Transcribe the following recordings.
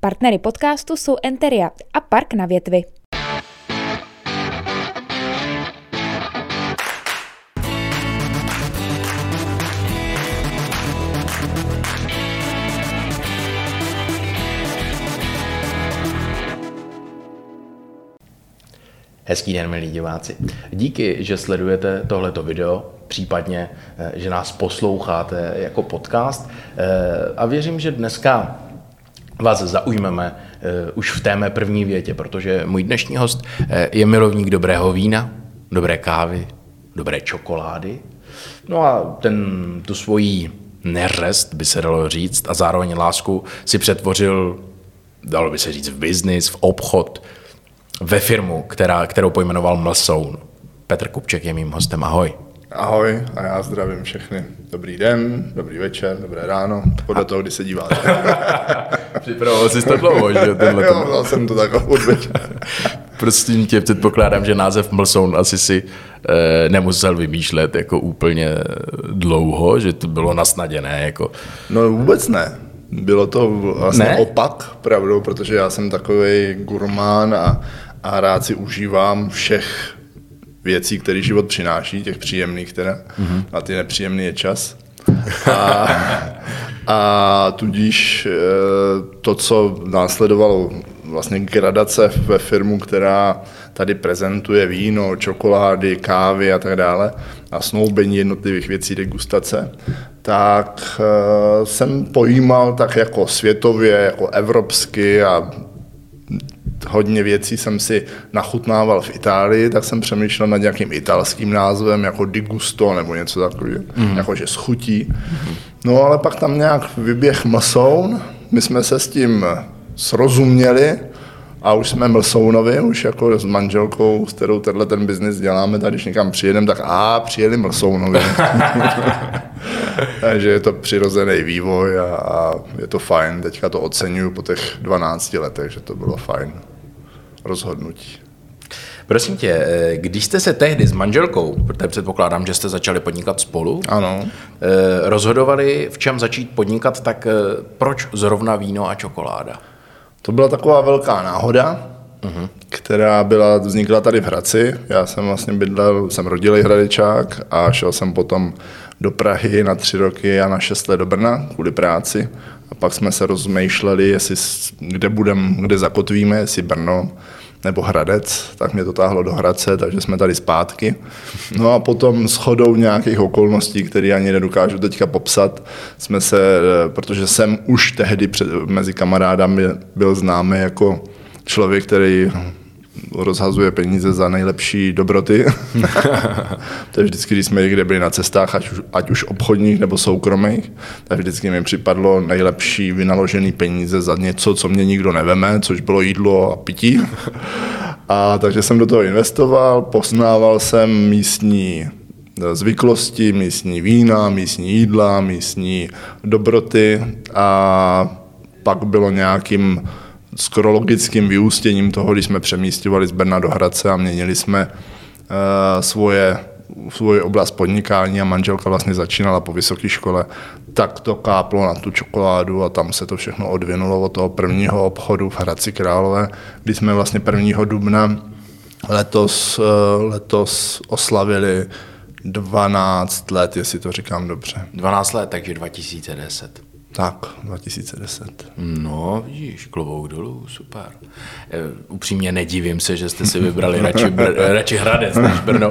Partnery podcastu jsou Enteria a Park na Větvi. Hezký den, milí diváci. Díky, že sledujete tohleto video, případně, že nás posloucháte jako podcast. A věřím, že dneska vás zaujmeme už v té mé první větě, protože můj dnešní host je milovník dobrého vína, dobré kávy, dobré čokolády. No a tu svoji neřest, by se dalo říct, a zároveň lásku si přetvořil, dalo by se říct, v biznis, v obchod, ve firmu, kterou pojmenoval Mlsoun. Petr Kupček je mým hostem. Ahoj. Ahoj a já zdravím všechny. Dobrý den, dobrý večer, dobré ráno, podle toho, kdy se díváte. Připravoval jsi to dlouho, že jo? Jo, dal jsem to tak od večer. Prosím tě, předpokládám, že název Mlsoun asi si nemusel vymýšlet jako úplně dlouho, že to bylo nasnaděné. Jako. No vůbec ne. Bylo to vlastně opak, pravdou, protože já jsem takovej gurmán a rád si užívám všech věcí, které život přináší, těch příjemných teda, a ty nepříjemný je čas. A tudíž to, co následovalo vlastně gradace ve firmu, která tady prezentuje víno, čokolády, kávy a tak dále a snoubení jednotlivých věcí, degustace, tak jsem pojímal tak jako světově, jako evropsky a hodně věcí jsem si nachutnával v Itálii, tak jsem přemýšlel nad nějakým italským názvem, jako Di Gusto nebo něco takového, jakože s chutí. No ale pak tam nějak vyběh Mlsoun, my jsme se s tím srozuměli a už jsme Mlsounovi, už jako s manželkou, s kterou ten biznis děláme, tady když někam přijedeme, tak přijeli Mlsounovi. Takže je to přirozený vývoj a je to fajn. Teďka to oceňuju po těch 12 letech, že to bylo fajn rozhodnutí. Prosím tě, když jste se tehdy s manželkou, protože předpokládám, že jste začali podnikat spolu, ano, rozhodovali, v čem začít podnikat, tak proč zrovna víno a čokoláda? To byla taková velká náhoda, která vznikla tady v Hradci. Já jsem vlastně jsem rodilý Hradečák a šel jsem potom do Prahy na 3 roky a na 6 let do Brna kvůli práci. A pak jsme se rozmýšleli, kde zakotvíme, jestli Brno nebo Hradec, tak mě to táhlo do Hradce, takže jsme tady zpátky. No a potom shodou nějakých okolností, které ani nedokážu teďka popsat, protože jsem už tehdy mezi kamarádami byl známý jako člověk, který rozhazuje peníze za nejlepší dobroty. To je vždycky, když jsme někde byli na cestách, ať už obchodních nebo soukromých, tak vždycky mi připadlo nejlepší vynaložený peníze za něco, co mě nikdo neveme, což bylo jídlo a pití. A takže jsem do toho investoval, poznával jsem místní zvyklosti, místní vína, místní jídla, místní dobroty a pak bylo nějakým skoro logickým vyústěním toho, když jsme přemístěvali z Brna do Hradce a měnili jsme svoji oblast podnikání a manželka vlastně začínala po vysoké škole, tak to káplo na tu čokoládu a tam se to všechno odvinulo od toho prvního obchodu v Hradci Králové, kdy jsme vlastně 1. dubna letos oslavili 12 let, jestli to říkám dobře. 12 let, takže 2010. Tak, 2010. No, vidíš, klobouk dolů, super. Upřímně nedivím se, že jste si vybrali radši Hradec než Brno.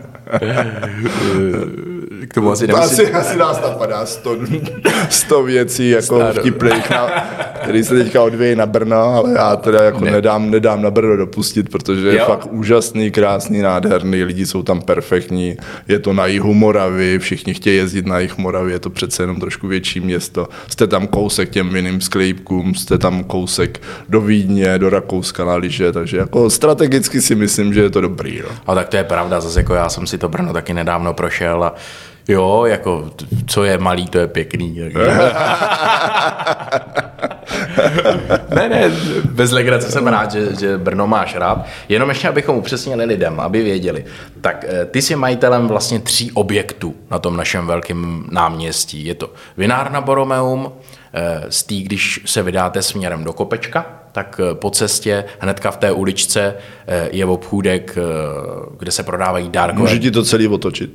K tomu asi nemusím... Asi nás napadá 100 věcí jako vtipných, který se teďka odvějí na Brno, ale já teda jako nedám na Brno dopustit, protože je fakt úžasný, krásný, nádherný, lidi jsou tam perfektní, je to na jihu Moravy, všichni chtějí jezdit na jih Moravy, je to přece jenom trošku větší město. Jste tam kousek těm vinným sklípkům, jste tam kousek do Vídně, do Rakouska na lyže, takže jako strategicky si myslím, že je to dobrý. No. A tak to je pravda, zase jako já jsem si to Brno taky nedávno prošel a jo, jako co je malý, to je pěkný. Ne, bez legrace jsem rád, že Brno máš rád. Jenom ještě, abychom upřesnili lidem, aby věděli. Tak ty jsi majitelem vlastně 3 objektů na tom našem velkém náměstí. Je to vinárna Borromeum, když se vydáte směrem do Kopečka, tak po cestě hnedka v té uličce je obchůdek, kde se prodávají dárkové. Můžu ti to celý otočit?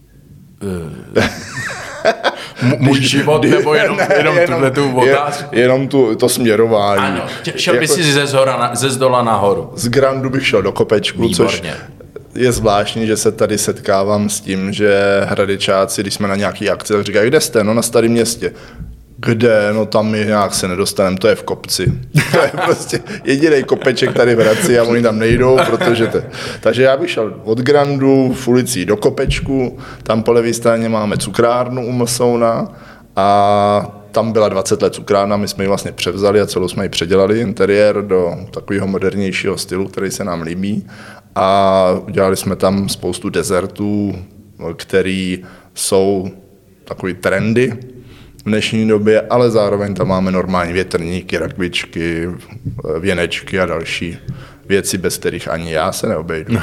Můj život nebo jenom tu otázku? Jenom to směrování. Ano, šel by si ze zdola nahoru. Z Grandu bych šel do Kopečku, Výborně. Což je zvláštní, že se tady setkávám s tím, že hradečáci, když jsme na nějaký akci, tak říkají, kde jste? No na Starém Městě. Kde? No tam my nějak se nedostaneme, to je v Kopci. To je prostě jediný Kopeček tady v Hradci a oni tam nejdou, protože to... Takže já bych šel od Grandu v ulici do Kopečku, tam po levé straně máme cukrárnu u Mlsouna a tam byla 20 let cukrárna, my jsme ji vlastně převzali a celou jsme ji předělali, interiér do takového modernějšího stylu, který se nám líbí a udělali jsme tam spoustu dezertů, který jsou takový trendy v dnešní době, ale zároveň tam máme normální větrníky, rakvičky, věnečky a další věci, bez kterých ani já se neobejdu.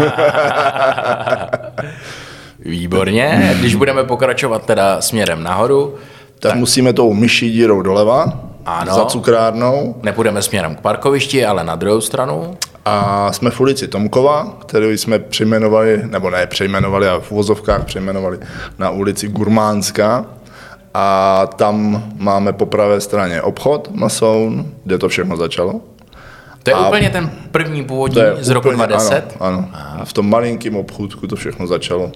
Výborně, když budeme pokračovat teda směrem nahoru, tak musíme tou myší dírou doleva, ano, za cukrárnou. Nepůjdeme směrem k parkovišti, ale na druhou stranu. A jsme v ulici Tomkova, kterou jsme přejmenovali, nebo ne přejmenovali, ale v uvozovkách přejmenovali na ulici Gurmánská. A tam máme po pravé straně obchod Mlsoun, kde to všechno začalo. To je úplně ten první původní z roku 2010? Ano. V tom malinkém obchůdku to všechno začalo.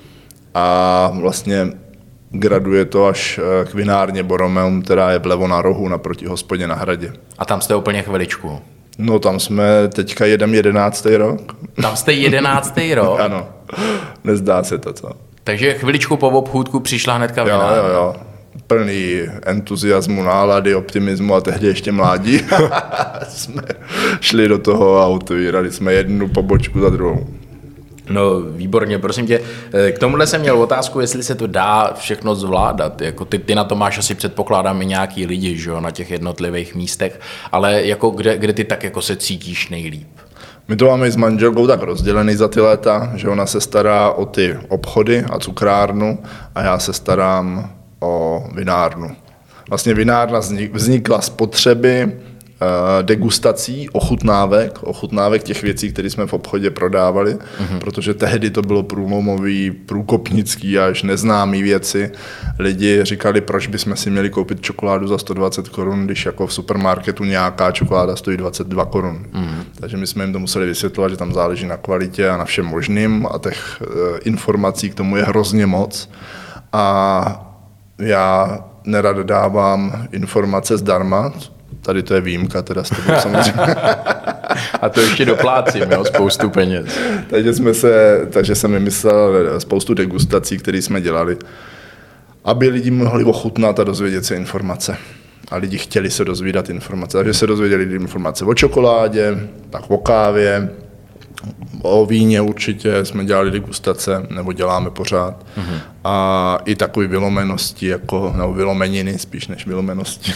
A vlastně graduje to až k vinárně Borromeum, která je vlevo na rohu naproti hospodě na Hradě. A tam jste úplně chviličku? No tam jsme teďka 11. rok. Tam jste 11. rok? Ano, nezdá se to, co? Takže chviličku po obchůdku přišla hnedka vinárna. Jo. Plný entuziasmu, nálady, optimismu a tehdy ještě mládí. Jsme šli do toho a otevírali jsme jednu pobočku za druhou. No výborně, prosím tě. K tomuhle jsem měl otázku, jestli se to dá všechno zvládat. Jako ty na to máš asi, předpokládám, i nějaký lidi, že jo, na těch jednotlivých místech, ale jako kde ty tak jako se cítíš nejlíp? My to máme s manželkou tak rozdělený za ty léta, že ona se stará o ty obchody a cukrárnu a já se starám o vinárnu. Vlastně vinárna vznikla z potřeby degustací, ochutnávek těch věcí, které jsme v obchodě prodávali, protože tehdy to bylo průlomový, průkopnický až neznámý věci. Lidi říkali, proč bychom si měli koupit čokoládu za 120 korun, když jako v supermarketu nějaká čokoláda stojí 22 korun. Takže my jsme jim to museli vysvětlovat, že tam záleží na kvalitě a na všem možným a těch informací k tomu je hrozně moc. A já nerad dávám informace zdarma, tady to je výjimka, teda s tebou samozřejmě. A to ještě doplácím, jo, spoustu peněz. Takže jsem vymyslel spoustu degustací, které jsme dělali, aby lidi mohli ochutnat a dozvědět se informace. A lidi chtěli se dozvídat informace, takže se dozvěděli informace o čokoládě, tak o kávě, o víně určitě jsme dělali degustace, nebo děláme pořád. A i takové vylomenosti, nebo vylomeniny spíš než vylomenosti.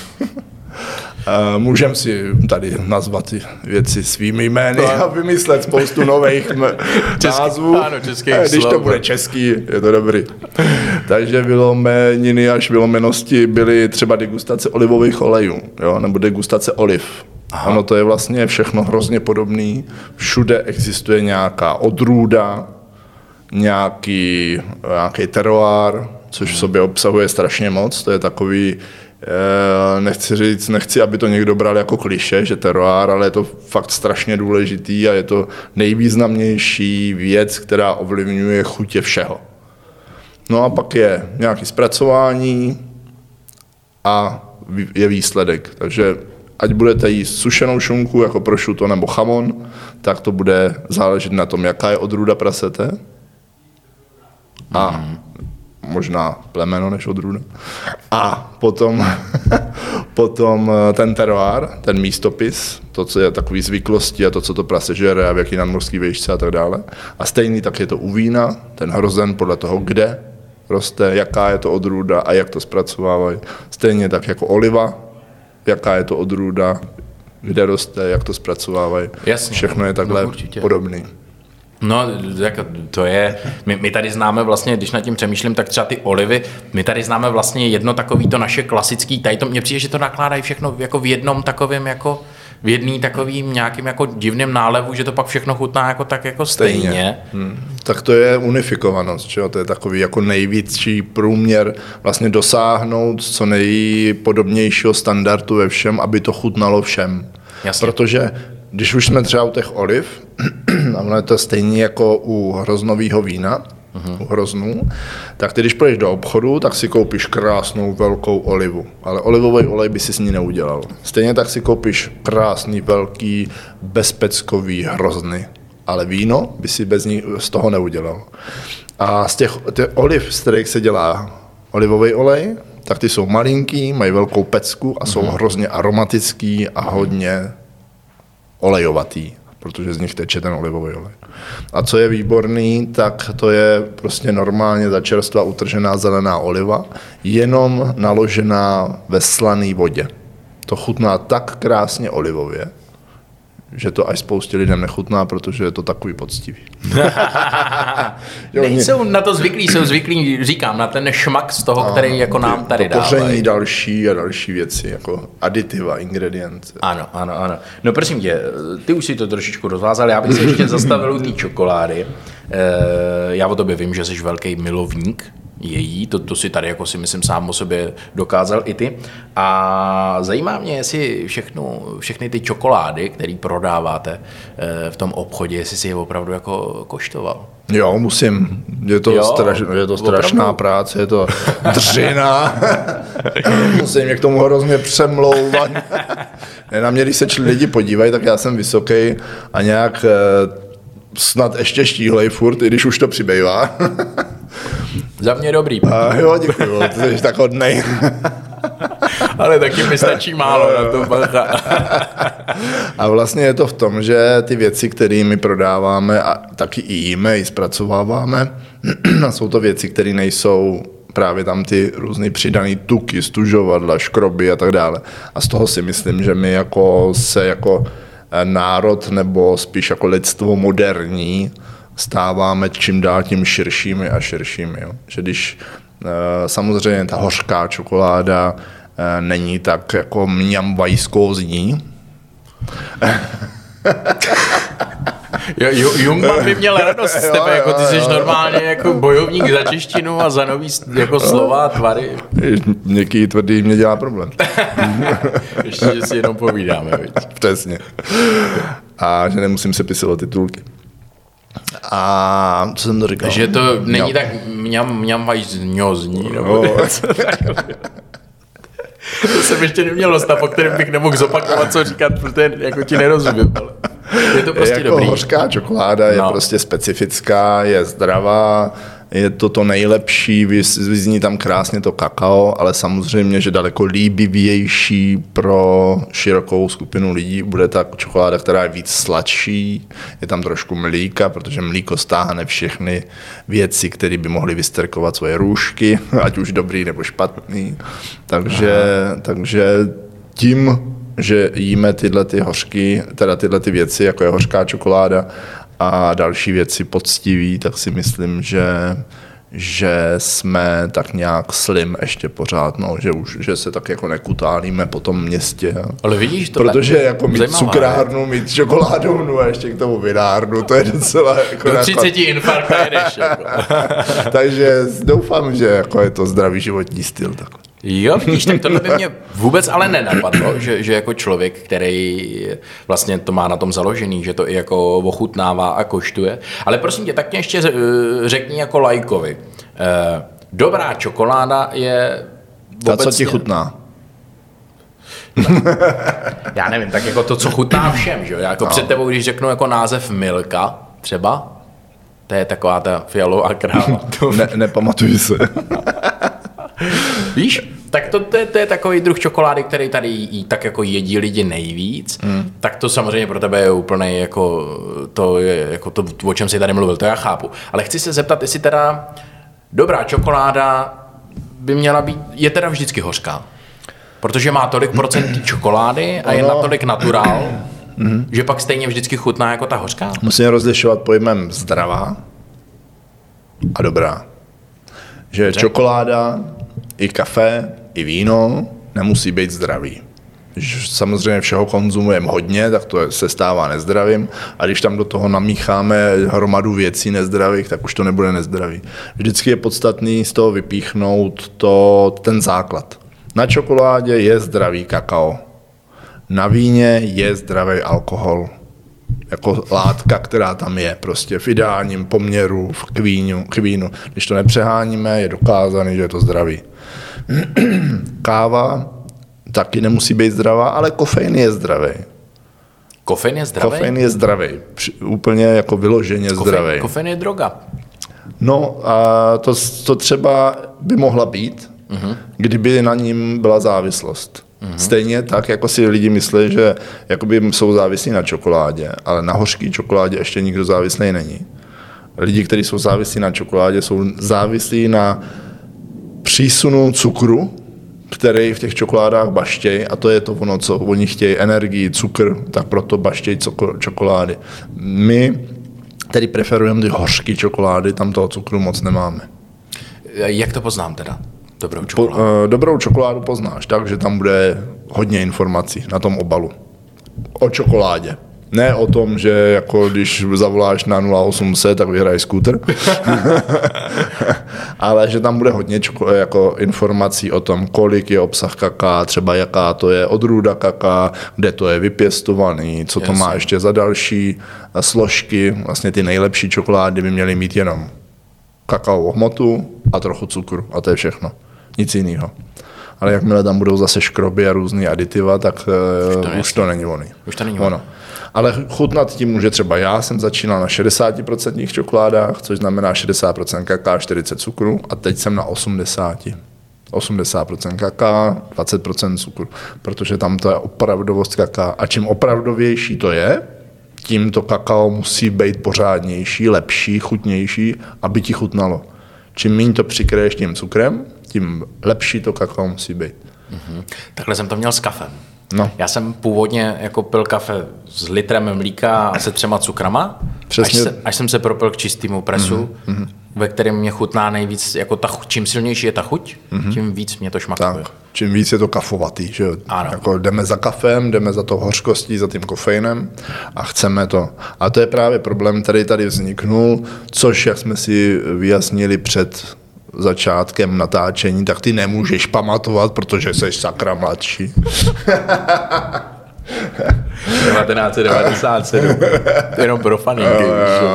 Můžeme si tady nazvat ty věci svými jmény a vymyslet spoustu nových názvů. Ano, českých když slov. to bude český, je to dobrý. Takže vylomeniny až vylomenosti byly třeba degustace olivových olejů, jo, nebo degustace oliv. Aha. Ono to je vlastně všechno hrozně podobný. Všude existuje nějaká odrůda, nějaký teroár, což v sobě obsahuje strašně moc. To je takový, nechci, aby to někdo bral jako klišé, že teroár, ale je to fakt strašně důležitý a je to nejvýznamnější věc, která ovlivňuje chutě všeho. No a pak je nějaké zpracování a je výsledek. Takže ať budete jíst sušenou šunku jako prosciutto nebo chamon, tak to bude záležet na tom, jaká je odrůda prasete a možná plemeno než odrůda. A potom ten teroár, ten místopis, to, co je takový zvyklosti a to, co to prase žere a v jaký nadmořský výšce a tak dále. A stejný tak je to u vína, ten hrozen podle toho, kde roste, jaká je to odrůda a jak to zpracovávají. Stejně tak jako oliva, jaká je to odrůda, kde roste, jak to zpracovávají. Jasně, všechno je takhle podobný. No, jako to je, my tady známe vlastně, když nad tím přemýšlím, tak třeba ty olivy, my tady známe vlastně jedno takový to naše klasický, tady to mně přijde, že to nakládají všechno jako v jednom takovém jako, v jedný takovým nějakým jako divným nálevu, že to pak všechno chutná jako tak jako stejně. Tak to je unifikovanost, že jo? To je takový jako největší průměr vlastně dosáhnout co nejpodobnějšího standardu ve všem, aby to chutnalo všem. Jasně. Protože když už jsme třeba u těch oliv, a ono je to stejně jako u hroznového vína, u hroznů, tak ty, když půjdeš do obchodu, tak si koupíš krásnou velkou olivu, ale olivový olej by si s ní neudělal. Stejně tak si koupíš krásný, velký, bezpeckový hrozny, ale víno by si z toho neudělal. A z těch oliv, z kterých se dělá olivový olej, tak ty jsou malinký, mají velkou pecku a jsou hrozně aromatický a hodně olejovatý, protože z nich teče ten olivový olej. A co je výborný, tak to je prostě normálně za čerstva utržená zelená oliva, jenom naložená ve slané vodě. To chutná tak krásně olivově, že to až spoustě lidem nechutná, protože je to takový poctivý. Nejsou na to zvyklí, jsou zvyklí, říkám, na ten šmak z toho, který jako nám tady dávají. Koření další a další věci, jako aditiva, ingredience. Ano. No prosím tě, ty už si to trošičku rozvázal, já bych se ještě zastavil u té čokolády. Já o tobě vím, že jsi velký milovník její, to si tady jako si myslím sám o sobě dokázal i ty. A zajímá mě, jestli všechny ty čokolády, které prodáváte v tom obchodě, jestli si je opravdu jako koštoval. Jo, musím. Je to strašná práce, je to dřina. Musím mě k tomu hrozně přemlouvat. Na mě, když se lidi podívají, tak já jsem vysoký a nějak snad ještě štíhlej furt, i když už to přibývá. Za mě dobrý. Jo, děkuju, ty jsi tak hodnej. Ale taky mi stačí málo na to bacha. A vlastně je to v tom, že ty věci, které my prodáváme a taky i jíme, i zpracováváme, jsou to věci, které nejsou právě tam ty různý přidaný tuky, stužovadla, škroby a tak dále. A z toho si myslím, že my jako národ nebo spíš jako lidstvo moderní stáváme čím dál tím širšími a širšími. Jo. Že když samozřejmě ta hořká čokoláda není tak jako mňamvajskózní. Jungmann by měl radost z tebe, jako ty jsi normálně jako bojovník za češtinu a za nový jako slova a tvary. Něký tvrdý mě dělá problém. Ještě, že si jenom povídáme, viď? Přesně. A že nemusím se pisovat titulky. A co jsem to říkal? Že to není tak mňamvajzňozní, nebo to jsem ještě neměl dost, po kterém bych nemohl zopakovat, co říkat, protože jako ti nerozumím, ale je to prostě jako dobrý. Hořká čokoláda je prostě specifická, je zdravá, je to nejlepší, vyzní tam krásně to kakao, ale samozřejmě, že daleko líbivější pro širokou skupinu lidí bude ta čokoláda, která je víc sladší, je tam trošku mlíka, protože mlíko stáhne všechny věci, které by mohly vystrkovat svoje růžky, ať už dobrý nebo špatný. Takže tím, že jíme tyhle ty hořky, teda tyhle ty věci, jako je hořká čokoláda a další věci poctiví, tak si myslím, že jsme tak nějak slim ještě pořád, no, že se tak jako nekutálíme po tom městě. Ale vidíš to? Protože jako mít cukrárnu, mít čokoládovnu a ještě k tomu vinárnu, to je docela jako... Do 30 infarktu jedeš. Jako. Takže doufám, že jako je to zdravý životní styl. Tak. Jo, vidíš, tak tohle by mě vůbec ale nenapadlo, že jako člověk, který vlastně to má na tom založený, že to i jako ochutnává a koštuje. Ale prosím tě, tak mě ještě řekni jako laikovi. Dobrá čokoláda je ta, co ti chutná. Já nevím, tak jako to, co chutná všem, že jo? Jako před tebou, když řeknu jako název Milka třeba, to je taková ta fialová kráva. Nepamatuji se. Víš, tak to je takový druh čokolády, který tady tak jako jedí lidi nejvíc, tak to samozřejmě pro tebe je úplně jako to, o čem jsi tady mluvil, to já chápu. Ale chci se zeptat, jestli teda dobrá čokoláda by měla být, je teda vždycky hořká? Protože má tolik procent čokolády a je natolik naturál, že pak stejně vždycky chutná jako ta hořká. Musíme rozlišovat pojmem zdravá a dobrá. Že čokoláda, i kafe, i víno nemusí být zdravý. Když samozřejmě všeho konzumujeme hodně, tak to se stává nezdravým a když tam do toho namícháme hromadu věcí nezdravých, tak už to nebude nezdravý. Vždycky je podstatný z toho vypíchnout ten základ. Na čokoládě je zdravý kakao. Na víně je zdravý alkohol. Jako látka, která tam je prostě v ideálním poměru k vínu. Když to nepřeháníme, je dokázaný, že je to zdravý. Káva taky nemusí být zdravá, ale kofein je zdravý. Kofein je zdravý? Kofein je zdravý. Úplně jako vyloženě zdravý. Kofein je droga. No a to třeba by mohla být, kdyby na ním byla závislost. Stejně tak, jako si lidi myslí, že jakoby jsou závislí na čokoládě, ale na hořký čokoládě ještě nikdo závislý není. Lidi, kteří jsou závislí na čokoládě, jsou závislí na přísunu cukru, který v těch čokoládách baštějí, a to je to ono, co oni chtějí, energii, cukr, tak proto baštějí čokolády. My tedy preferujeme ty hořké čokolády, tam toho cukru moc nemáme. Jak to poznám teda? Dobrou čokoládu. Dobrou čokoládu poznáš tak, že tam bude hodně informací na tom obalu. O čokoládě. Ne o tom, že jako když zavoláš na 0800, tak vyhraješ skútr. Ale že tam bude hodně jako informací o tom, kolik je obsah kaká, třeba jaká to je odrůda kaká, kde to je vypěstovaný, co to má ještě za další složky. Vlastně ty nejlepší čokolády by měly mít jenom kakaovou hmotu a trochu cukru. A to je všechno. Nic jiného. Ale jakmile tam budou zase škroby a různý aditiva, tak už to není ono. Už to není ono. Ale chutnat tím může třeba já jsem začínal na 60% čokoládách, což znamená 60% kaká, 40 cukru a teď jsem na 80%. 80% kaká, 20% cukru, protože tam to je opravdovost kaká. A čím opravdovější to je, tím to kakao musí být pořádnější, lepší, chutnější, aby ti chutnalo. Čím méně to přikryješ tím cukrem, tím lepší to kakao musí být. Takhle jsem to měl s kafem. No. Já jsem původně jako pil kafe s litrem mlíka a se 3 cukrama, až jsem se propil k čistému presu, ve kterém mě chutná nejvíc, jako čím silnější je ta chuť, tím víc mě to šmakuje. Čím víc je to kafovatý, že jako jdeme za kafem, jdeme za tou hořkostí, za tím kofeinem a chceme to. A to je právě problém, který tady vzniknul, což, jak jsme si vyjasnili před začátkem natáčení, tak ty nemůžeš pamatovat, protože jsi sakra mladší. 1997. Jenom pro faninky.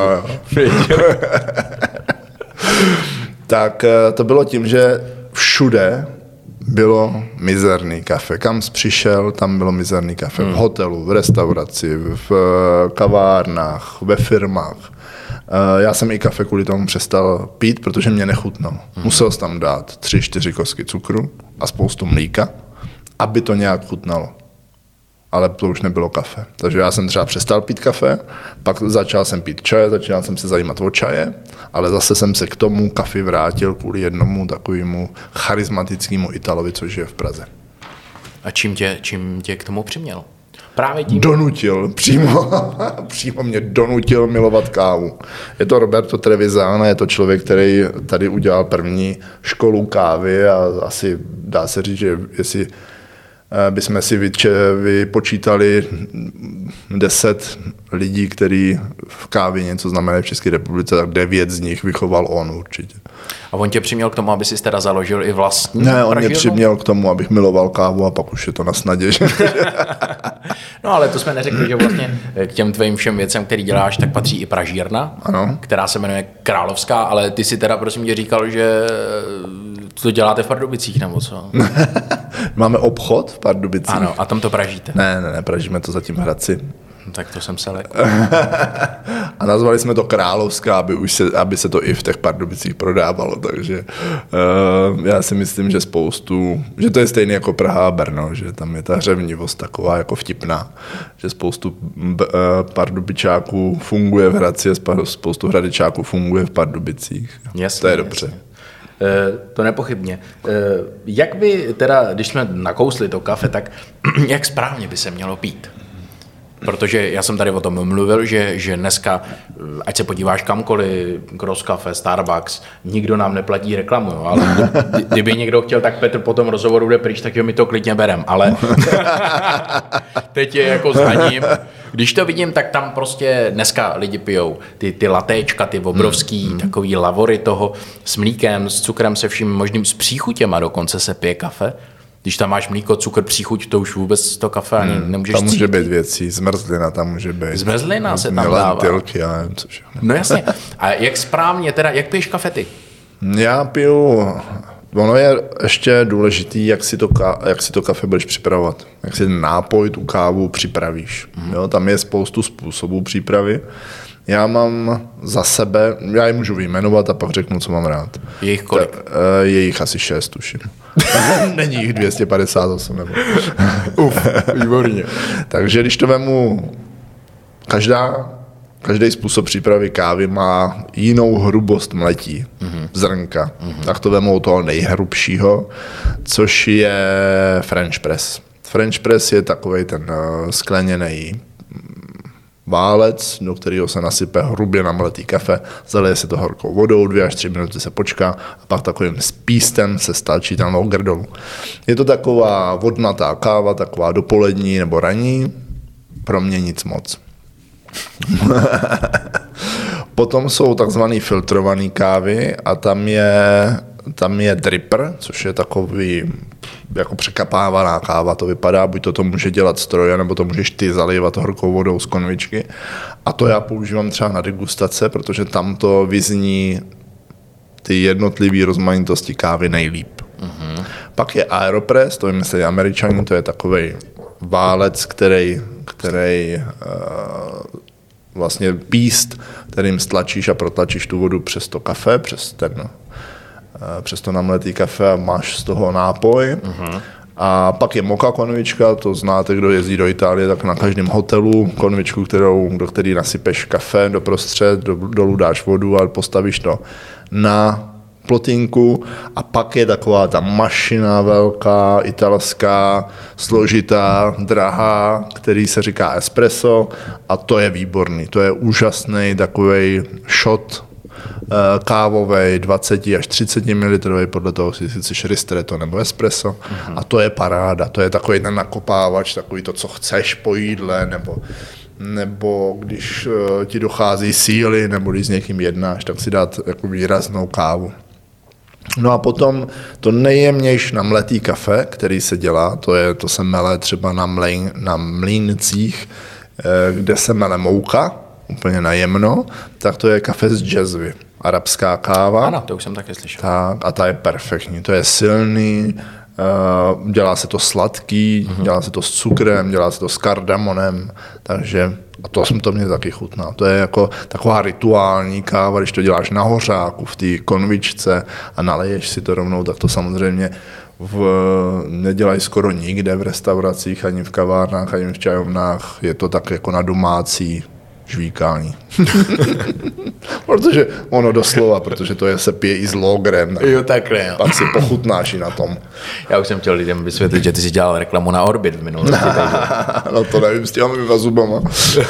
Tak to bylo tím, že všude bylo mizerný kafe. Kam jsi přišel, tam bylo mizerný kafe. V hotelu, v restauraci, v kavárnách, ve firmách. Já jsem i kafe kvůli tomu přestal pít, protože mě nechutnalo. Musel jsem tam dát 3-4 kosky cukru a spoustu mlíka, aby to nějak chutnalo. Ale to už nebylo kafe. Takže já jsem třeba přestal pít kafe, pak začal jsem pít čaje, začal jsem se zajímat o čaje, ale zase jsem se k tomu kafi vrátil kvůli jednomu takovému charismatickému Italovi, což je v Praze. A čím tě k tomu přiměl? Právě tím? Donutil, přímo mě donutil milovat kávu. Je to Roberto Trevisan, je to člověk, který tady udělal první školu kávy a asi dá se říct, že jestli bychom si vypočítali 10 lidí, kteří v kávě něco znamenají v České republice, tak 9 z nich vychoval on určitě. A on tě přiměl k tomu, aby jsi teda založil i vlastní Ne, on pražírnu? mě přiměl k tomu, abych miloval kávu a pak už je to na snadě. No ale to jsme neřekli, že vlastně k těm tvým všem věcem, který děláš, tak patří i pražírna, Ano. která se jmenuje Královská, ale ty si teda prosím tě říkal, že to děláte v Pardubicích nebo co? Máme obchod v Pardubicích. Ano, a tam to pražíte. Ne, pražíme to zatím v Hradci. Tak to jsem se lekl. A nazvali jsme to Královská, aby se to i v těch Pardubicích prodávalo, takže já si myslím, že že to je stejné jako Praha a Brno, že tam je ta hřevnivost taková jako vtipná, že spoustu Pardubičáků funguje v Hradci a spoustu Hradečáků funguje v Pardubicích. Jasně, to je dobře. To nepochybně. Jak by teda, když jsme nakousli to kafe, tak jak správně by se mělo pít? Protože já jsem tady o tom mluvil, že dneska, ať se podíváš kamkoliv, Gross Cafe, Starbucks, nikdo nám neplatí reklamu, jo? Ale kdyby někdo chtěl, tak Petr po tom rozhovoru jde pryč, tak jo, my to klidně berem, ale teď je jako zhaním. Když to vidím, tak tam prostě dneska lidi pijou ty latéčka, ty obrovský takový lavory toho s mlíkem, s cukrem, se vším možným, s příchutěma dokonce se pije kafe. Když tam máš mlíko, cukr, příchuť, to už vůbec to kafe ani nemůžeš tam může cítit. být věcí, zmrzlina tam může být. Zmrzlina se tam dává. Lentilky, já nevím, co všechno. No jasně. A jak správně teda, jak piješ kafe ty? Já piju, ono je ještě důležitý, jak si to kafe budeš připravovat. Jak si ten nápoj, tu kávu připravíš. Jo, tam je spoustu způsobů přípravy. Já mám za sebe, já ji můžu vyjmenovat a pak řeknu, co mám rád. Je jich kolik? Je jich asi 6, tuším. Není jich 258 nebo. Výborně. Takže když to vemu, každý způsob přípravy kávy má jinou hrubost mletí, zrnka. Tak to vemu toho nejhrubšího, což je French press. French press je takovej ten skleněný válec, do kterého se nasype hrubě namletý kafe, zalije se to horkou vodou, 2 až 3 minuty se počká a pak takovým spístem se stáčí tam ogr dolů. Je to taková vodnatá káva, taková dopolední nebo ranní, pro mě nic moc. Potom jsou takzvaný filtrovaný kávy a tam je dripper, což je takový jako překapávaná káva, to vypadá, buď to může dělat stroj, nebo to můžeš ty zalévat horkou vodou z konvičky. A to já používám třeba na degustace, protože tam to vyzní ty jednotlivé rozmanitosti kávy nejlíp. Pak je Aeropress, to vymysleli Američani, to je takovej válec, který vlastně píst, kterým stlačíš a protlačíš tu vodu přes to kafe, přes to namletý kafe a máš z toho nápoj. A pak je moka konvička, to znáte, kdo jezdí do Itálie, tak na každém hotelu konvičku, do který nasypeš kafe doprostřed, dolů dáš vodu a postavíš to na plotínku a pak je taková ta mašina velká, italská, složitá, drahá, který se říká espresso a to je výborný, to je úžasný takovej shot kávovej 20 až 30 ml, podle toho si chceš ristretto nebo espresso a to je paráda, to je takový ten nakopávač, takový to, co chceš po jídle, nebo když ti dochází síly, nebo když s někým jednáš, tak si dát jako výraznou kávu. No a potom to nejjemnější namletý kafe, který se dělá, to se mele třeba na mlýncích, kde se mele mouka, úplně najemno, tak to je kafe z jazzvy, arabská káva. Ano, to už jsem taky slyšel. Tak, a ta je perfektní, to je silný, dělá se to sladký, dělá se to s cukrem, dělá se to s kardamonem, takže a to mě taky chutná. To je jako taková rituální káva, když to děláš na hořáku, v té konvičce a naleješ si to rovnou, tak to samozřejmě nedělají skoro nikde v restauracích, ani v kavárnách, ani v čajovnách. Je to tak jako na domácí žvíkání. Protože ono doslova, protože to se pije i s logrem. Jo, takhle, jo. Pak si pochutnáš i na tom. Já už jsem chtěl lidem vysvětlit, že ty si dělal reklamu na Orbit v minulosti. No to nevím, s těma zubama.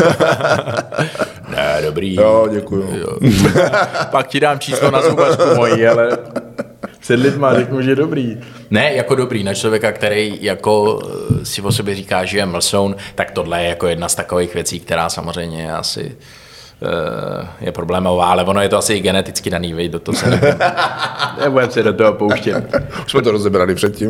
Ne, dobrý. Jo, děkuju. Jo. Pak ti dám číslo na zubačku mojí, ale před lidma řeknu, že dobrý. Ne, jako dobrý, na člověka, který jako si o sobě říká, že je mlsoun, tak tohle je jako jedna z takových věcí, která samozřejmě asi je problémová, ale ono je to asi i geneticky daný, veď, do toho se nebudeme se do toho pouštět. Už jsme to rozebrali předtím.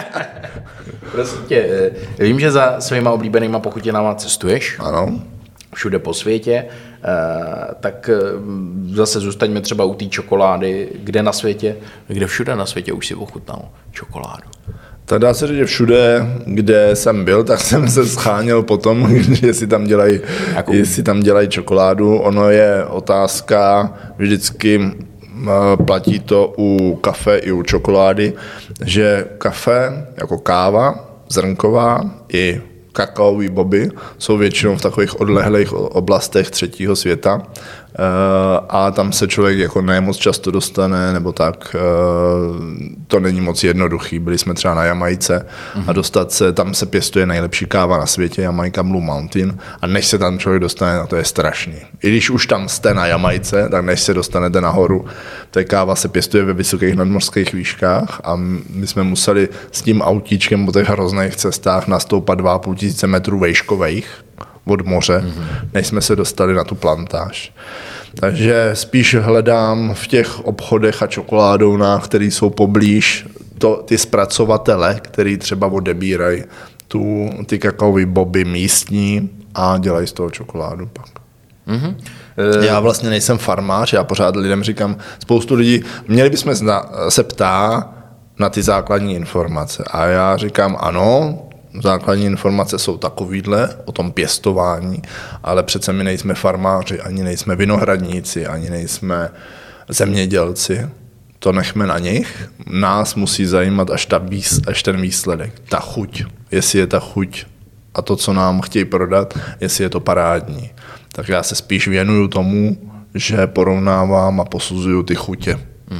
Prostě, vím, že za svýma oblíbenýma pochutinama cestuješ. Ano. Všude po světě, tak zase zůstaňme třeba u té čokolády, kde všude na světě už si ochutnal čokoládu. Tak dá se říct, že všude, kde jsem byl, tak jsem se scháněl potom, jestli tam dělají čokoládu. Ono je otázka, vždycky platí to u kafe i u čokolády, že kafe jako káva, zrnková i kakaový boby jsou většinou v takových odlehlých oblastech třetího světa, a tam se člověk jako ne moc často dostane, nebo tak, to není moc jednoduchý. Byli jsme třeba na Jamajce a dostat se, tam se pěstuje nejlepší káva na světě, Jamaica Blue Mountain, a než se tam člověk dostane, no to je strašný. I když už tam jste na Jamajce, tak než se dostanete nahoru, ta káva se pěstuje ve vysokých nadmořských výškách a my jsme museli s tím autíčkem po těch hrozných cestách nastoupat 2500 metrů vejškových od moře, než jsme se dostali na tu plantáž. Takže spíš hledám v těch obchodech a čokoládovnách, které jsou poblíž, ty zpracovatele, který třeba odebírají ty kakaový boby místní a dělají z toho čokoládu pak. Já vlastně nejsem farmář, já pořád lidem říkám, spoustu lidí, měli bychom se ptát na ty základní informace. A já říkám ano, základní informace jsou takovýhle o tom pěstování, ale přece my nejsme farmáři, ani nejsme vinohradníci, ani nejsme zemědělci. To nechme na nich. Nás musí zajímat až ten výsledek. Ta chuť. Jestli je ta chuť a to, co nám chtějí prodat, jestli je to parádní. Tak já se spíš věnuju tomu, že porovnávám a posuzuju ty chutě.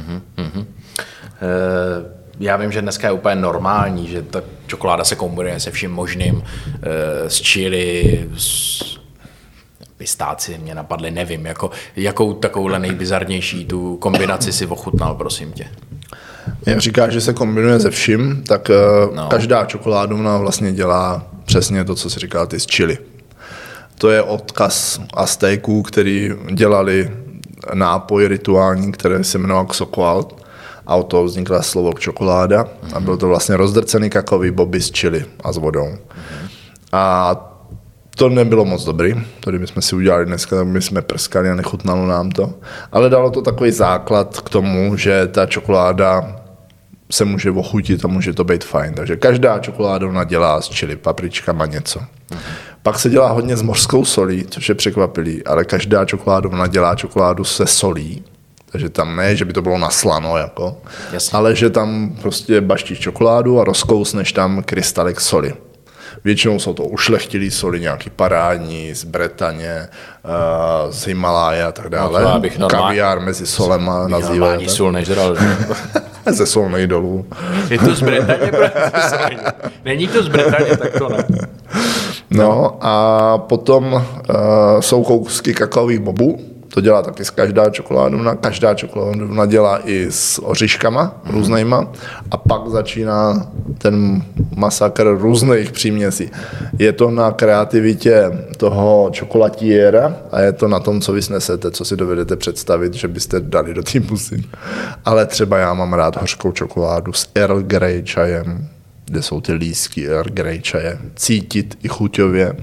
Já vím, že dneska je úplně normální, že ta čokoláda se kombinuje se vším možným, s chili, s pistáci mě napadly, nevím, jakou takovouhle nejbizarnější tu kombinaci si ochutnal, prosím tě. Jak říkáš, že se kombinuje se vším, tak každá čokoládovna vlastně dělá přesně to, co si říkal ty, z chili. To je odkaz Aztéků, který dělali nápoj rituální, který se jmenoval Xocoatl, a od toho vznikla slovo čokoláda a byl to vlastně rozdrcený kakaový boby s chili a s vodou. A to nebylo moc dobrý, to kdybychom si udělali dneska, tak bychom prskali a nechutnalo nám to. Ale dalo to takový základ k tomu, že ta čokoláda se může ochutit a může to být fajn. Takže každá čokoládovna dělá s chili, papričkama něco. Pak se dělá hodně s mořskou solí, což je překvapilý, ale každá čokoládovna dělá čokoládu se solí. Takže tam ne, že by to bylo naslano, jako, ale že tam prostě baštíš čokoládu a rozkousneš tam krystalek soli. Většinou jsou to ušlechtilý soli, nějaký parádní, z Bretaně, z Himaláje a tak dále. Kaviár mezi solema nazývají. Normální sůl nežral. Ze solných dolů. Je to z Bretaně? Není to z Bretaně, tak to ne. No a potom jsou kousky kakaových bobů. To dělá taky každá čokoládovna. Každá čokoládovna dělá i s oříškama různýma a pak začíná ten masakr různých příměsí. Je to na kreativitě toho čokolatiéra a je to na tom, co vy snesete, co si dovedete představit, že byste dali do té pusy. Ale třeba já mám rád hořkou čokoládu s Earl Grey čajem, kde jsou ty lístky Earl Grey čaje. Cítit i chuťově.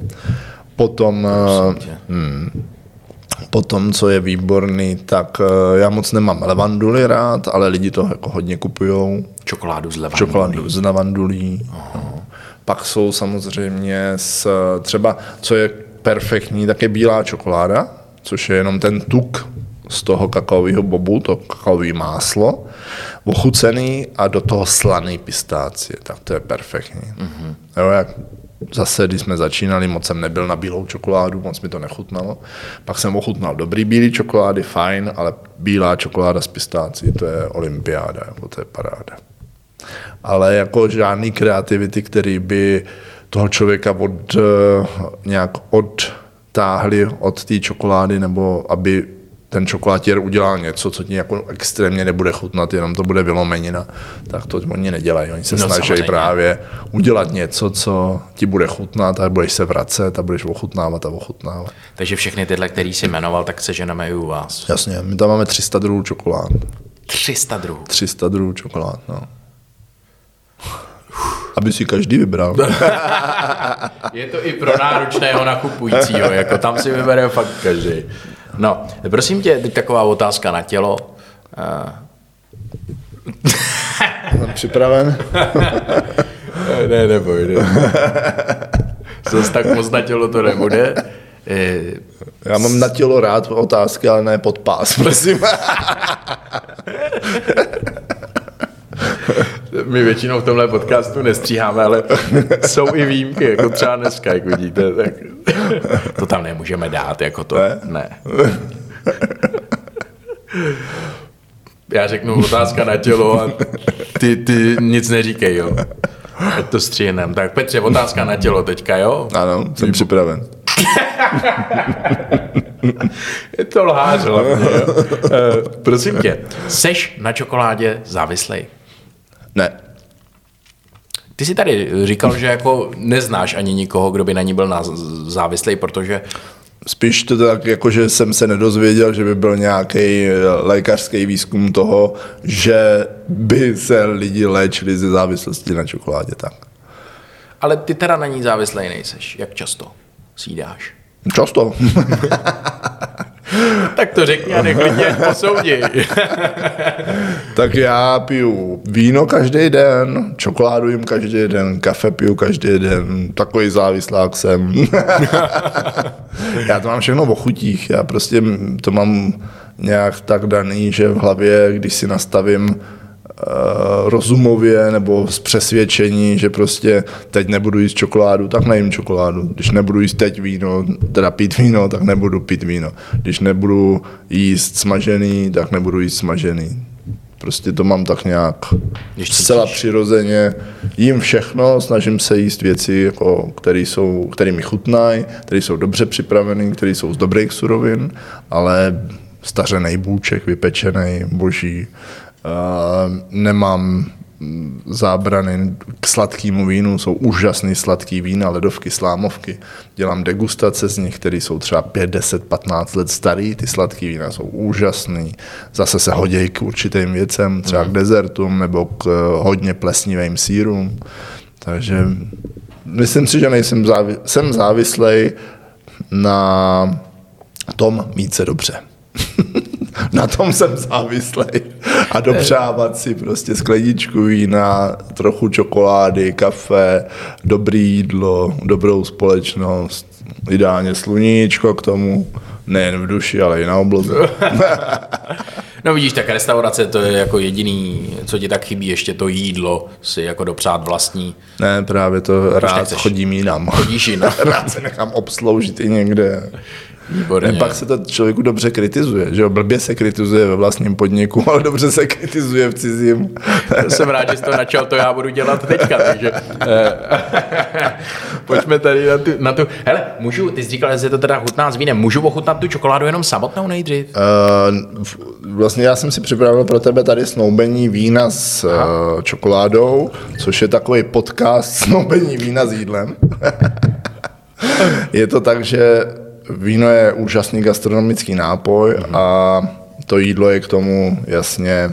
Potom, co je výborný, tak já moc nemám levanduli rád, ale lidi to jako hodně kupujou. Čokoládu z levandulí. Pak jsou samozřejmě třeba, co je perfektní, tak je bílá čokoláda, což je jenom ten tuk z toho kakaového bobu, to kakaové máslo, ochucený a do toho slaný pistácie, tak to je perfektní. Jo, jak zase, když jsme začínali, moc jsem nebyl na bílou čokoládu, moc mi to nechutnalo. Pak jsem ochutnal dobrý bílý čokolády, fajn, ale bílá čokoláda s pistácí, to je olympiáda, jako to je paráda. Ale jako žádný kreativity, který by toho člověka nějak odtáhli od té čokolády, nebo aby ten čokolátěr udělal něco, co ti jako extrémně nebude chutnat, jenom to bude vylomenina, tak to oni nedělají. Oni se snaží právě udělat něco, co ti bude chutnat a budeš se vracet a budeš ochutnávat a ochutnávat. Takže všechny tyhle, který jsi jmenoval, tak seženeme i u vás. Jasně, my tam máme 300 druhů čokolád. 300 druhů? 300 druhů čokolád, no. Aby si každý vybral. Je to i pro náročného nakupujícího, jako tam si vybere fakt každý. No, prosím tě, teď taková otázka na tělo. Jsem připraven? Neboj. Zase tak moc na tělo to nebude. Já mám na tělo rád otázky, ale ne pod pás, prosím. My většinou v tomhle podcastu nestříháme, ale jsou i výjimky, jako třeba dneska, jak vidíte. Tak to tam nemůžeme dát, jako to. Ne. Já řeknu otázka na tělo a ty nic neříkej, jo. Ať to stříhnem. Tak Petře, otázka na tělo teďka, jo? Ano, jsem připraven. Je to lhář hlavně, jo. Prosím tě, seš na čokoládě závislej? Ne. Ty jsi tady říkal, že jako neznáš ani nikoho, kdo by na ní byl závislej, protože... Spíš to tak, jako že jsem se nedozvěděl, že by byl nějaký lékařský výzkum toho, že by se lidi léčili ze závislosti na čokoládě, tak. Ale ty teda na ní závislej nejseš. Jak často si jí dáš? Často. Tak to řekni a nech lidi posoudí. Tak já piju víno každý den, čokoládu jim každý den, kafe piju každý den, takový závislák jsem. Já to mám všechno o chutích, já prostě to mám nějak tak daný, že v hlavě, když si nastavím rozumově nebo z přesvědčení, že prostě teď nebudu jíst čokoládu, tak nejím čokoládu. Když nebudu jíst teď víno, teda pít víno, tak nebudu pít víno. Když nebudu jíst smažený, tak nebudu jíst smažený. Prostě to mám tak nějak zcela přirozeně. Jím všechno, snažím se jíst věci, jako, které mi chutnají, které jsou dobře připravené, které jsou z dobrých surovin, ale stařený bůček, vypečený, boží. Nemám zábrany k sladkému vínu, jsou úžasný sladký vína, ledovky, slámovky. Dělám degustace z nich, které jsou třeba 5, 10, 15 let starý, ty sladký vína jsou úžasný. Zase se hodí k určitým věcem, třeba k dezertům nebo k hodně plesnivým sýrům. Takže myslím si, že jsem závislej na tom mít se dobře. Na tom jsem závislej. A dopřávat si prostě skleničku vína, trochu čokolády, kafe, dobré jídlo, dobrou společnost, ideálně sluníčko k tomu, nejen v duši, ale i na obloze. No vidíš, tak restaurace to je jako jediný, co ti tak chybí, ještě to jídlo si jako dopřát vlastní. Ne, právě to rád chodím jinam. Chodíš jinam. Rád se nechám obsloužit i někde. Výborně. Pak se to člověku dobře kritizuje, že jo? Blbě se kritizuje ve vlastním podniku, ale dobře se kritizuje v cizím. Jsem rád, že jsi to načal, to já budu dělat teďka, takže pojďme tady na tu. Hele, ty jsi říkal, že je to teda chutná s vínem, můžu ochutnat tu čokoládu jenom samotnou nejdřív? Vlastně já jsem si připravil pro tebe tady snoubení vína s čokoládou, což je takový podcast snoubení vína s jídlem. Je to tak, že víno je úžasný gastronomický nápoj a to jídlo je k tomu jasně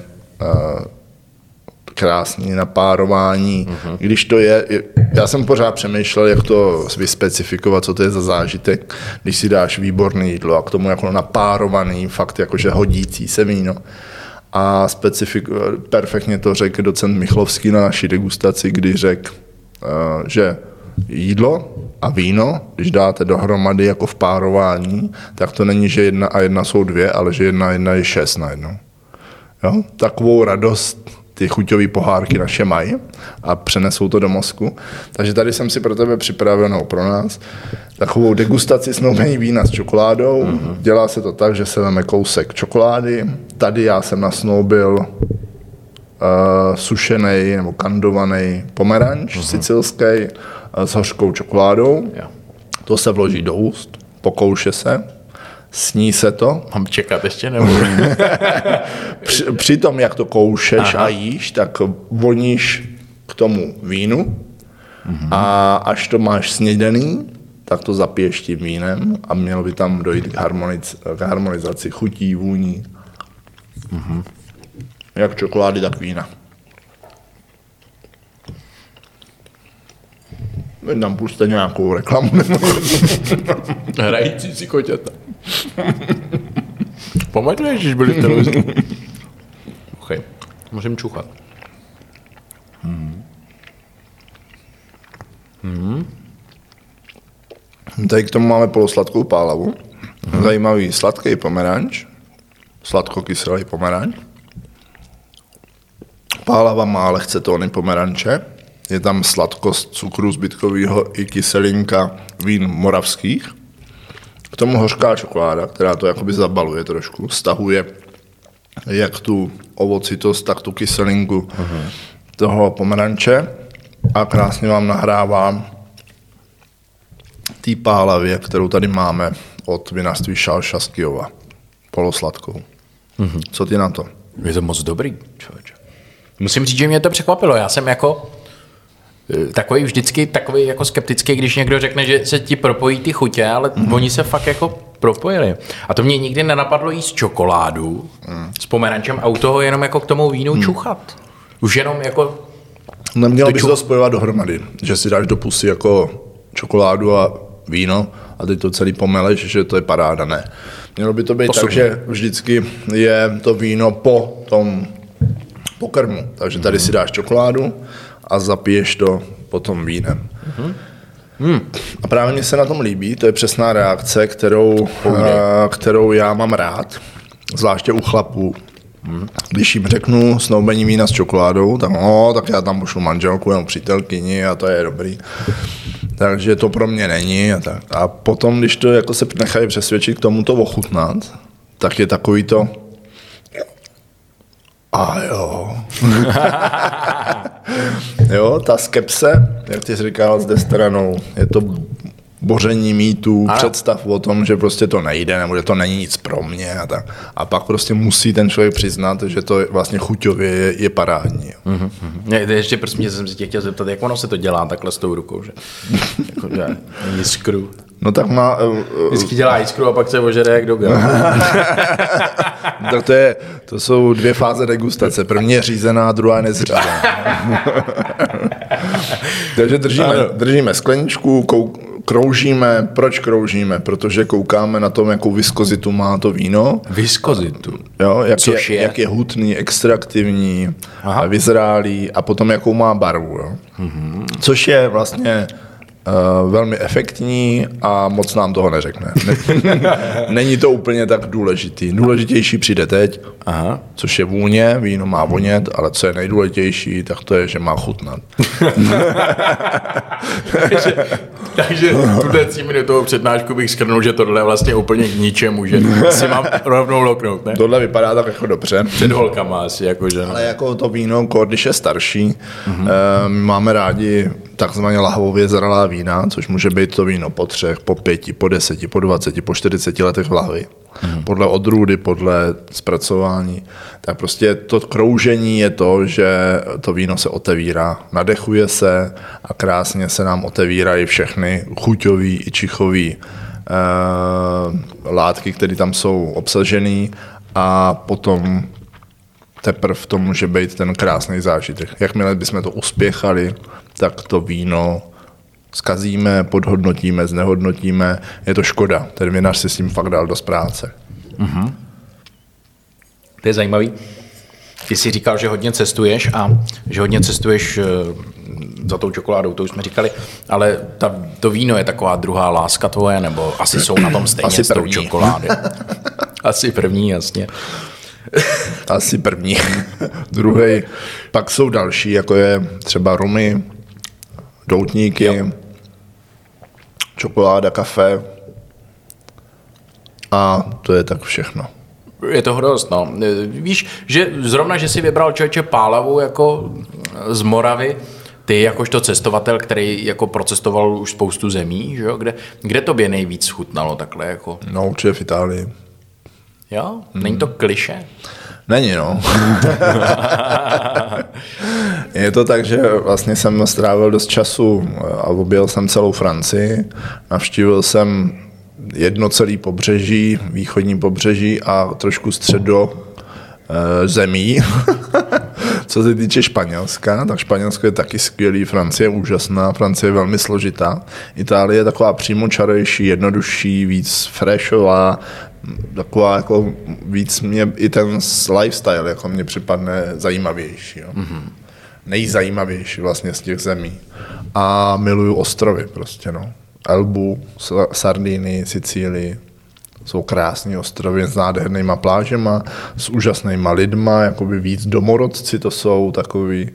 krásný napárování. Když to je, já jsem pořád přemýšlel, jak to vyspecifikovat, co to je za zážitek, když si dáš výborné jídlo a k tomu jako napárovaný, fakt jakože hodící se víno. A perfektně to řekl docent Michlovský na naší degustaci, kdy řekl, že jídlo a víno, když dáte dohromady jako v párování, tak to není, že 1 a 1 jsou 2, ale že 1 a 1 je 6 najednou. Jo? Takovou radost ty chuťové pohárky naše mají a přenesou to do mozku. Takže tady jsem si pro tebe připravil, no pro nás, takovou degustaci snoubení vína s čokoládou. Dělá se to tak, že se veme kousek čokolády. Tady já jsem nasnoubil sušený nebo kandovaný pomeranč sicilský s hořkou čokoládou. To se vloží do úst, pokouše se, sní se to. Mám čekat ještě nebo? Při tom, jak to koušeš a jíš, tak voníš k tomu vínu a až to máš snědený, tak to zapiješ tím vínem a mělo by tam dojít k harmonizaci chutí, vůní. Jak čokolády, tak vína. Vy tam puste nějakou reklamu. Hrající si koťata. Pamatuješ, když byli v televizi? Okay. Můžeme čuchat. Tady k tomu máme polosladkou pálavu. Zajímavý sladký pomeranč. Sladkokyselý pomeranč. Pálava má lehce tóny pomeranče. Je tam sladkost cukru zbytkového i kyselinka vín moravských. K tomu hořká čokoláda, která to jakoby zabaluje trošku, stahuje jak tu ovocitost, tak tu kyselinku toho pomeranče a krásně vám nahrává té pálavě, kterou tady máme od vinařství Charles Chaskijova, polosladkou. Co ty na to? Je to moc dobrý, člověče. Musím říct, že mě to překvapilo. Já jsem jako takový vždycky takový jako skeptický, když někdo řekne, že se ti propojí ty chutě, ale oni se fakt jako propojili. A to mě nikdy nenapadlo jíst čokoládu s pomerančem a u toho jenom jako k tomu vínu čuchat. Už jenom jako... Nemělo by se to spojovat dohromady, že si dáš do pusy jako čokoládu a víno a teď to celý pomeleš, že to je paráda, ne. Mělo by to být tak, že vždycky je to víno po tom pokrmu, takže tady si dáš čokoládu a zapiješ to potom vínem. A právě mně se na tom líbí, to je přesná reakce, kterou já mám rád, zvláště u chlapů. Když jim řeknu snoubení vína s čokoládou, tak já tam pošlu manželku nebo přítelkyni a to je dobrý. Takže to pro mě není. A potom, když to jako se nechají přesvědčit k tomuto ochutnat, tak je takový to a jo. Jo, ta skepse, jak ty jsi říkal, zde stranou, je to boření mýtů, představ o tom, že prostě to nejde, nebo že to není nic pro mě a tak. A pak prostě musí ten člověk přiznat, že to vlastně chuťově je parádní. Ještě prostě jsem se tě chtěl zeptat, jak ono se to dělá takhle s tou rukou, že? Jako, že jiskru. No tak má... Vždycky dělá jiskru a pak se ožere jak doga. Tak to jsou 2 fáze degustace. První je řízená, druhá je nezřízená. Takže držíme skleničku, kroužíme. Proč kroužíme? Protože koukáme na tom, jakou viskozitu má to víno. Viskozitu? Jo, jak je hutný, extraktivní, vyzrálý a potom jakou má barvu. Jo. Což je vlastně velmi efektní a moc nám toho neřekne. Není to úplně tak důležitý. Důležitější přijde teď, což je vůně, víno má vonět, ale co je nejdůležitější, tak to je, že má chutnat. Takže tu 10minutovou přednášku bych shrnul, že tohle je vlastně úplně k ničemu, že si mám rovnou loknout, ne? Tohle vypadá tak jako dobře. Před holkama asi, jakože. Ale jako to víno, když je starší, máme rádi takzvaně lahvově zralá vína, což může být to víno po 3, po 5, po 10, po 20, po 40 letech v lahvi. Podle odrůdy, podle zpracování. Tak prostě to kroužení je to, že to víno se otevírá, nadechuje se a krásně se nám otevírají všechny chuťový i čichový látky, které tam jsou obsažené a potom teprve to může být ten krásný zážitek. Jakmile bychom to uspěchali, tak to víno zkazíme, podhodnotíme, znehodnotíme. Je to škoda. Ten vinař si s tím fakt dal dost práce. To je zajímavý. Ty jsi říkal, že hodně cestuješ a že hodně cestuješ za tou čokoládou, to už jsme říkali, ale to víno je taková druhá láska tvoje, nebo asi jsou na tom stejně s tou čokoládou. Asi první, jasně. Asi první. Druhý. Pak jsou další, jako je třeba rumy, doutníky, čokoláda, kafe a to je tak všechno. Je toho dost, no. Víš, že zrovna, že jsi vybral člověče pálavu jako z Moravy, ty jakožto cestovatel, který jako procestoval už spoustu zemí, že jo? Kde tobě nejvíc chutnalo takhle jako? No, určitě v Itálii. Jo? Není to klišé? Není, no. Je to tak, že vlastně jsem strávil dost času a objel jsem celou Francii, navštívil jsem jedno celé pobřeží, východní pobřeží a trošku středo zemí. Co se týče Španělska, tak Španělsko je taky skvělý, Francie je úžasná, Francie je velmi složitá. Itálie je taková přímočarejší, jednodušší, víc freshová, taková jako víc mě i ten lifestyle jako mě připadne zajímavější. Jo. Nejzajímavější vlastně z těch zemí. A miluju ostrovy prostě, no. Elbu, Sardinii, Sicílii. Jsou krásné ostrovy s nádhernýma plážema, s úžasnýma lidma, jakoby víc domorodci to jsou, takový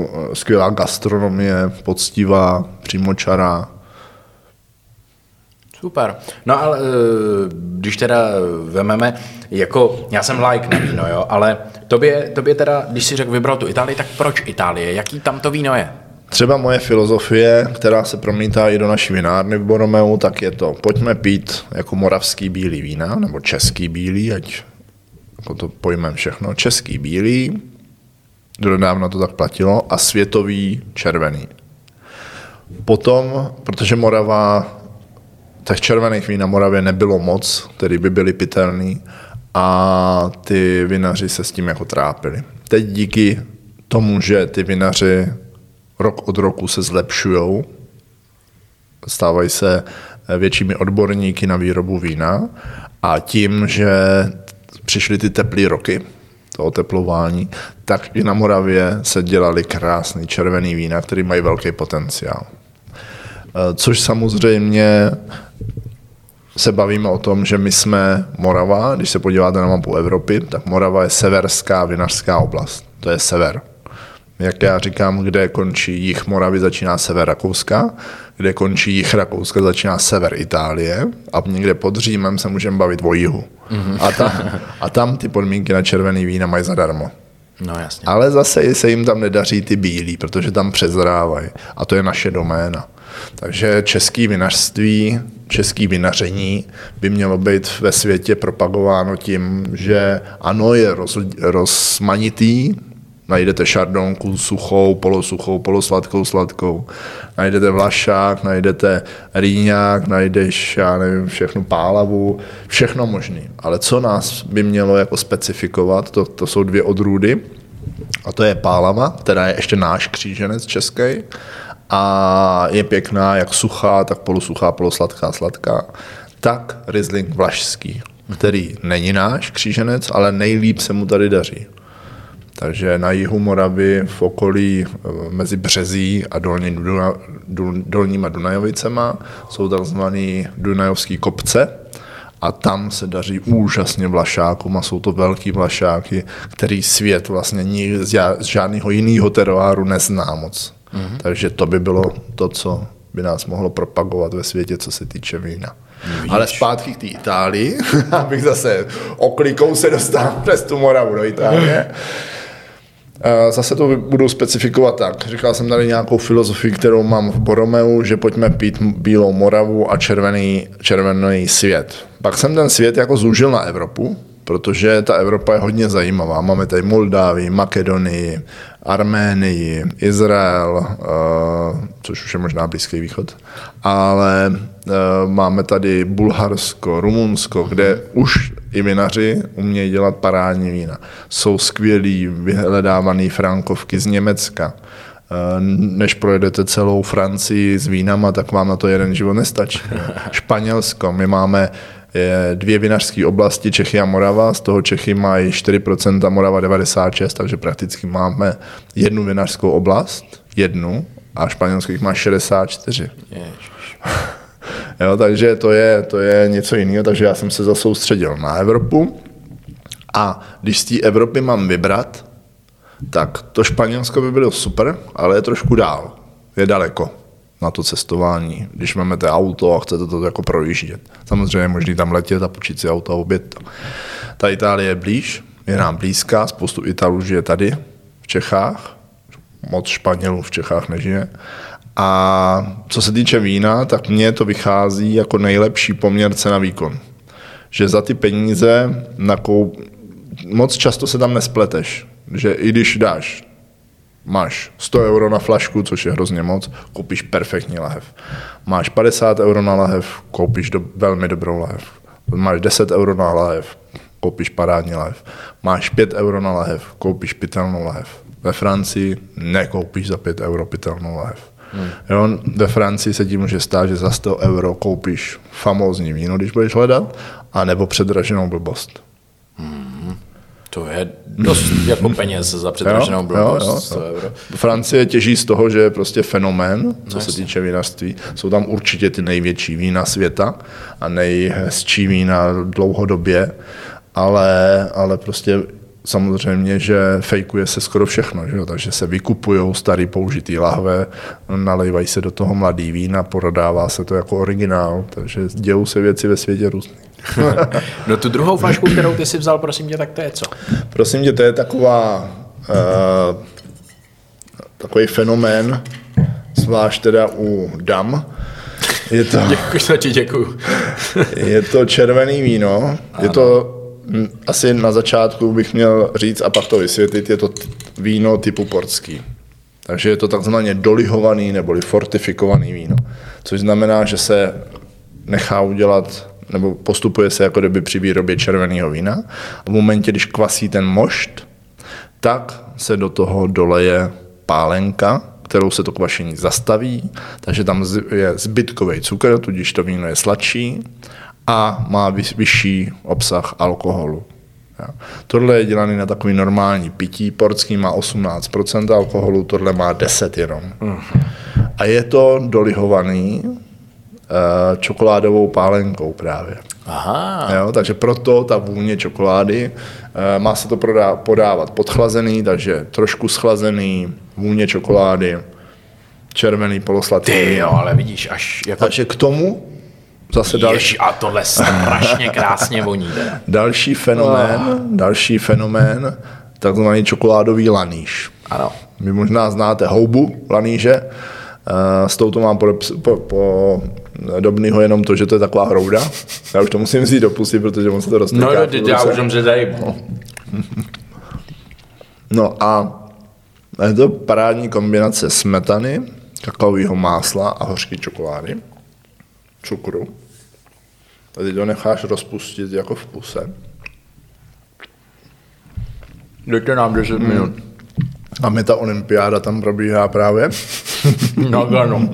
skvělá gastronomie, poctivá, přímočará. Super. No ale když teda vememe, jako já jsem like na víno, jo, ale tobě teda, když si řekl, vybral tu Itálii, tak proč Itálie? Jaký tam to víno je? Třeba moje filozofie, která se promítá i do naší vinárny v Borromeu, tak je to, pojďme pít jako moravský bílý vína, nebo český bílý, ať jako to pojmeme všechno, český bílý, donedávna to tak platilo, a světový červený. Potom, protože Morava, těch červených vín na Moravě nebylo moc, který by byly pitelný, a ty vinaři se s tím jako trápili. Teď díky tomu, že ty vinaři rok od roku se zlepšujou, stávají se většími odborníky na výrobu vína, a tím, že přišly ty teplé roky, to oteplování, tak i na Moravě se dělaly krásný červený vína, který mají velký potenciál. Což samozřejmě se bavíme o tom, že my jsme Morava, když se podíváte na mapu Evropy, tak Morava je severská vinařská oblast. To je sever. Jak já říkám, kde končí jih Moravy, začíná sever Rakouska, kde končí jih Rakouska, začíná sever Itálie, a někde pod Římem se můžeme bavit o jihu. A tam ty podmínky na červený vína mají zadarmo. No jasně. Ale zase se jim tam nedaří ty bílí, protože tam přezrávají. A to je naše doména. Takže české vinařství, české vinaření by mělo být ve světě propagováno tím, že ano, je rozmanitý. Najdete šardonku suchou, polosladkou, sladkou. Najdete vlašák, najdete rýňák, najdeš, já nevím, všechno pálavu, všechno možný. Ale co nás by mělo jako specifikovat, to jsou dvě odrůdy. A to je pálava, která je ještě náš kříženec český. A je pěkná, jak suchá, tak polosuchá, polosladká, sladká. Tak Riesling vlašský, který není náš kříženec, ale nejlíp se mu tady daří. Takže na jihu Moravy v okolí mezi Březí a dolníma Dunajovicema jsou takzvané Dunajovské kopce, a tam se daří úžasně vlašákům, a jsou to velký vlašáky, který svět vlastně z žádného jiného teroáru nezná moc. Takže to by bylo to, co by nás mohlo propagovat ve světě, co se týče vína. Ale zpátky k té Itálii, abych zase oklikou se dostal přes tu Moravu do Itálie. Zase to budu specifikovat tak. Říkal jsem tady nějakou filozofii, kterou mám v Borromeu, že pojďme pít bílou Moravu a červený svět. Pak jsem ten svět jako zúžil na Evropu, protože ta Evropa je hodně zajímavá. Máme tady Moldávii, Makedonii, Arménii, Izrael, což už je možná Blízký východ, ale máme tady Bulharsko, Rumunsko, kde už i vinaři umějí dělat parádní vína. Jsou skvělí vyhledávaný frankovky z Německa. Než projedete celou Francii s vínama, tak vám na to jeden život nestačí. Španělsko, my máme dvě vinařské oblasti, Čechy a Morava, z toho Čechy mají 4%, Morava 96%, takže prakticky máme jednu vinařskou oblast, a španělských má 64%. Jo, takže to je něco jiného, takže já jsem se zasoustředil na Evropu, a když z té Evropy mám vybrat, tak to Španělsko by bylo super, ale je trošku dál, je daleko na to cestování, když máte auto a chcete to jako projíždět. Samozřejmě je možný tam letět a počít si auto a obět. Ta Itálie je blíž, je nám blízká, spoustu Italů žije tady v Čechách, moc Španělů v Čechách nežije. A co se týče vína, tak mně to vychází jako nejlepší poměr cena-výkon. Že za ty peníze moc často se tam nespleteš. Že i když máš 100 euro na flašku, což je hrozně moc, koupíš perfektní lahev. Máš 50 euro na lahev, koupíš velmi dobrou lahev. Máš 10 euro na lahev, koupíš parádní lahev. Máš 5 euro na lahev, koupíš pitelnou lahev. Ve Francii nekoupíš za 5 euro pitelnou lahev. Jo, ve Francii se ti může stát, že za 100 euro koupíš famózní víno, když budeš hledat, anebo předraženou blbost. To je dost jako peněz za předraženou blbost. 100 euro. Francie těží z toho, že je prostě fenomén, co se týče vinařství. Jsou tam určitě ty největší vína světa a nejhezčí vína dlouhodobě, ale prostě samozřejmě, že fejkuje se skoro všechno, že jo? Takže se vykupujou starý použitý lahve, nalejvají se do toho mladý vína, prodává se to jako originál, takže dějou se věci ve světě různý. No tu druhou flašku, kterou ty si vzal, prosím tě, tak to je co? Prosím tě, to je takový fenomén, zvlášť teda u dam. Děkuju. Je to červený víno, ano. Je to asi na začátku bych měl říct a pak to vysvětlit, je to víno typu portský. Takže je to takzvaně dolihovaný neboli fortifikovaný víno, což znamená, že se nechá udělat nebo postupuje se jako kdyby při výrobě červeného vína. V momentě, když kvasí ten mošt, tak se do toho doleje pálenka, kterou se to kvašení zastaví, takže tam je zbytkový cukr, tudíž to víno je sladší a má vyšší obsah alkoholu. Tohle je dělaný na takový normální pití, portský má 18% alkoholu, tohle má 10 jenom. A je to dolihovaný čokoládovou pálenkou právě. Aha. Jo, takže proto ta vůně čokolády, má se to podávat podchlazený, takže trošku schlazený, vůně čokolády, červený polosladký. Ty jo, ale vidíš, až jako... Takže k tomu zase další... A tohle strašně krásně voní. Další fenomén, takzvaný čokoládový laníž. Ano. Vy možná znáte houbu laníže, s touto mám podobného jenom to, že to je taková hrouda. Já už to musím vzít do pusy, protože on se to roztýká. No, já už jsem se tady... No a je to parádní kombinace smetany, kakaového másla a hořké čokolády, cukru. Tady to necháš rozpustit jako v puse. Dejte nám 10 minut. A my ta olympiáda tam probíhá právě. Nagano.